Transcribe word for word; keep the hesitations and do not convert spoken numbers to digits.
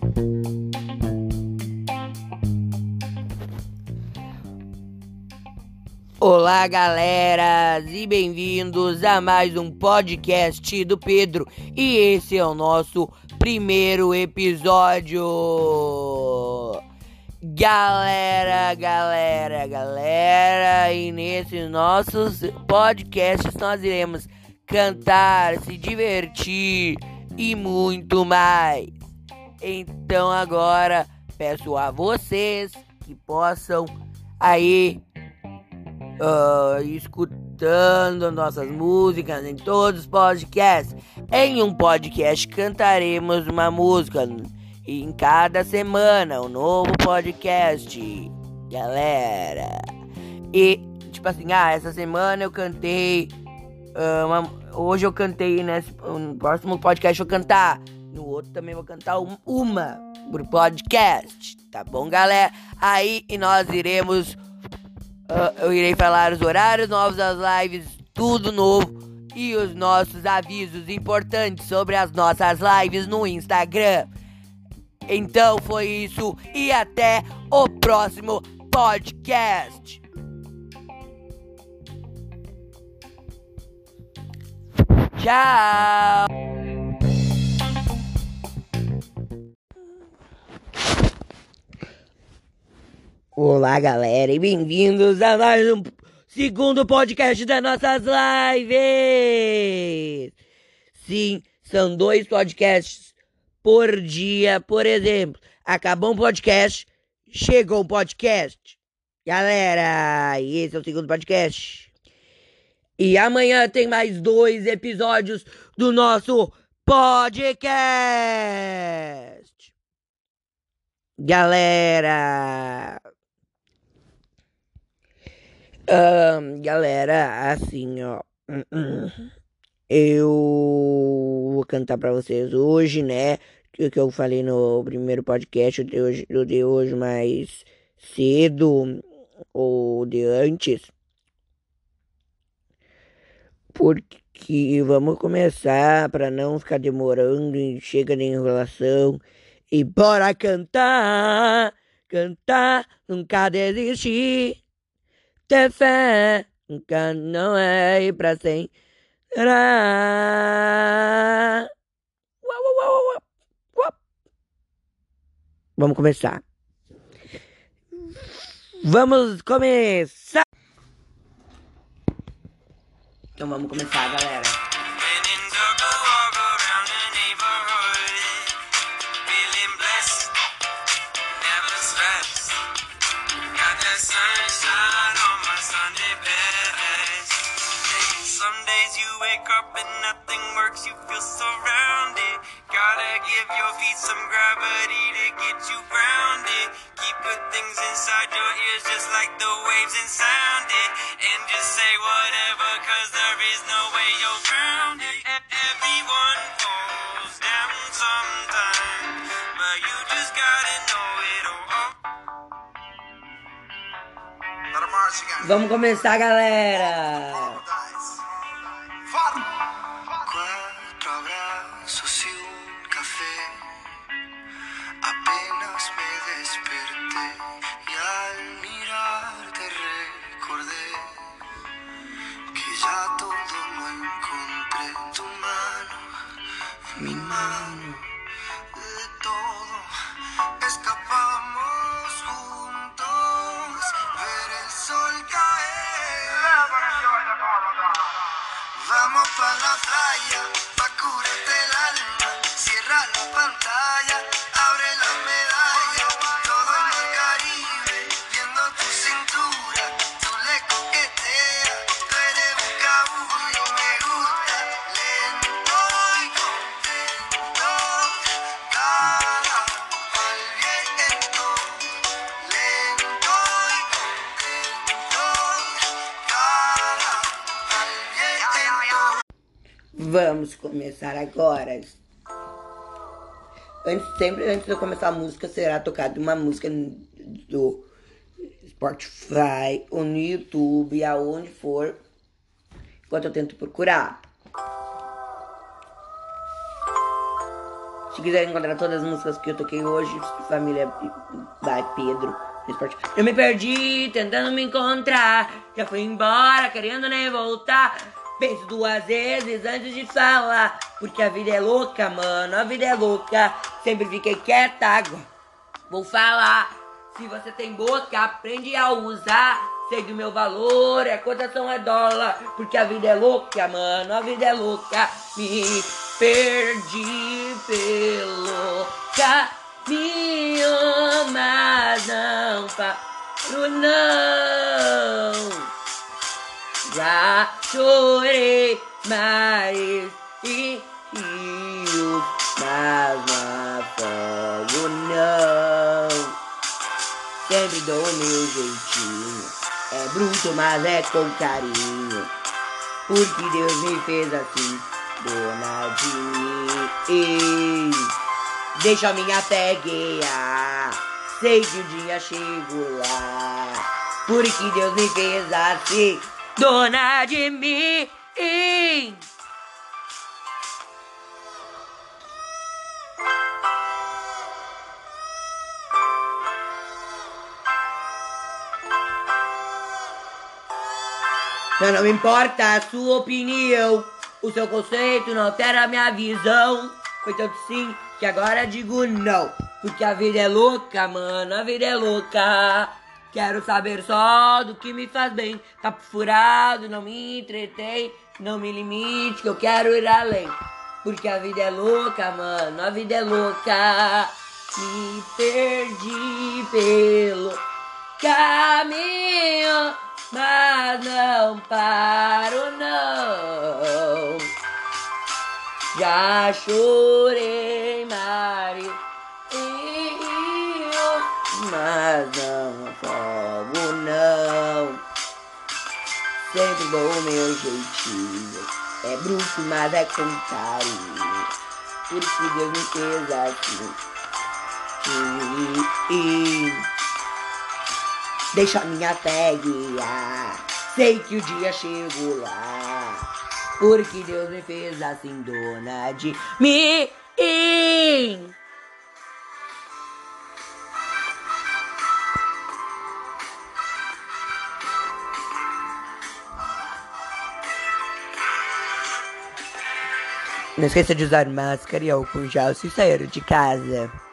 Olá, galera, e bem-vindos a mais um podcast do Pedro. E esse é o nosso primeiro episódio. Galera, galera, galera, e nesses nossos podcasts nós iremos cantar, se divertir e muito mais. Então agora peço a vocês que possam aí Uh, escutando nossas músicas em todos os podcasts. Em um podcast cantaremos uma música e em cada semana um novo podcast, galera. E tipo assim, ah, essa semana eu cantei uh, uma, hoje eu cantei, né? No próximo podcast eu vou cantar, no outro também vou cantar um, uma por podcast, tá bom, galera? Aí e nós iremos Uh, eu irei falar os horários novos das lives, tudo novo e os nossos avisos importantes sobre as nossas lives no Instagram. Então foi isso e até o próximo podcast. Tchau! Olá, galera, e bem-vindos a mais um segundo podcast das nossas lives. Sim, são dois podcasts por dia. Por exemplo, acabou um podcast, chegou um podcast. Galera, esse é o segundo podcast. E amanhã tem mais dois episódios do nosso podcast. Galera... Um, galera, assim, ó, eu vou cantar pra vocês hoje, né, o que eu falei no primeiro podcast, eu de hoje, eu de hoje mais cedo, ou de antes, porque vamos começar pra não ficar demorando e chega de enrolação, e bora cantar, cantar, nunca desistir. Ter fé nunca não é ir pra sem. Vamos começar. Vamos começar. Então vamos começar, galera. Sunshine on my Sunday best. Some days you wake up and nothing works, you feel surrounded. Gotta give your feet some gravity to get you grounded. Keep good things inside your ears just like the waves and sound it. And just say whatever, cause there is no way you're grounded. Everyone falls down sometime, but you just gotta know it all. Vamos começar, galera. Cuatro abrazos y un café. Apenas me desperté y al mirarte recordé que ya todo lo encontré. Tu mano, mi mano, de todo escapamos juntos. Ver el sol caer. Vamos pa' la playa, pa' curarte el alma. Cierra la pantalla, abre la medalla. Todo en el Caribe, viendo tu cintura. Tú le coqueteas, tú eres un cabullo. Me gusta lento y contento. Cada al viento, lento y contento. Cada al viento. Vamos começar agora. Antes, sempre antes de eu começar a música, será tocada uma música do Spotify ou no YouTube, aonde for, enquanto eu tento procurar. Se quiser encontrar todas as músicas que eu toquei hoje, família vai Pedro. Esporte. Eu me perdi tentando me encontrar. Já fui embora querendo nem voltar. Penso duas vezes antes de falar. Porque a vida é louca, mano. A vida é louca. Sempre fiquei quieta, agora vou falar. Se você tem boca, aprende a usar. Sei que o meu valor, a cotação é dólar. Porque a vida é louca, mano. A vida é louca. Me perdi pelo caminho, mas não paro não. Já chorei mares e rios, mas não afogo não. Sempre dou o meu jeitinho. É bruto, mas é com carinho. Porque Deus me fez assim, dona de mim. Deixa a minha fé guiar. Sei que um dia chego lá. Porque Deus me fez assim, dona de mim. Mas não importa a sua opinião, o seu conceito não altera a minha visão. Foi tanto sim que agora digo não. Porque a vida é louca, mano, a vida é louca. Quero saber só do que me faz bem. Papo furado, não me entretém. Não me limite que eu quero ir além. Porque a vida é louca, mano, a vida é louca. Me perdi pelo caminho, mas não paro não. Já chorei mares e rios, mas não afogo não. Sempre dou o meu jeitinho. É bruto, mas é com carinho. Porque Deus me fez assim. E, e, deixa a minha fé guiar. Sei que o dia chego lá. Porque Deus me fez assim, dona de mim. Não esqueça de usar máscara e álcool gel se sair de casa.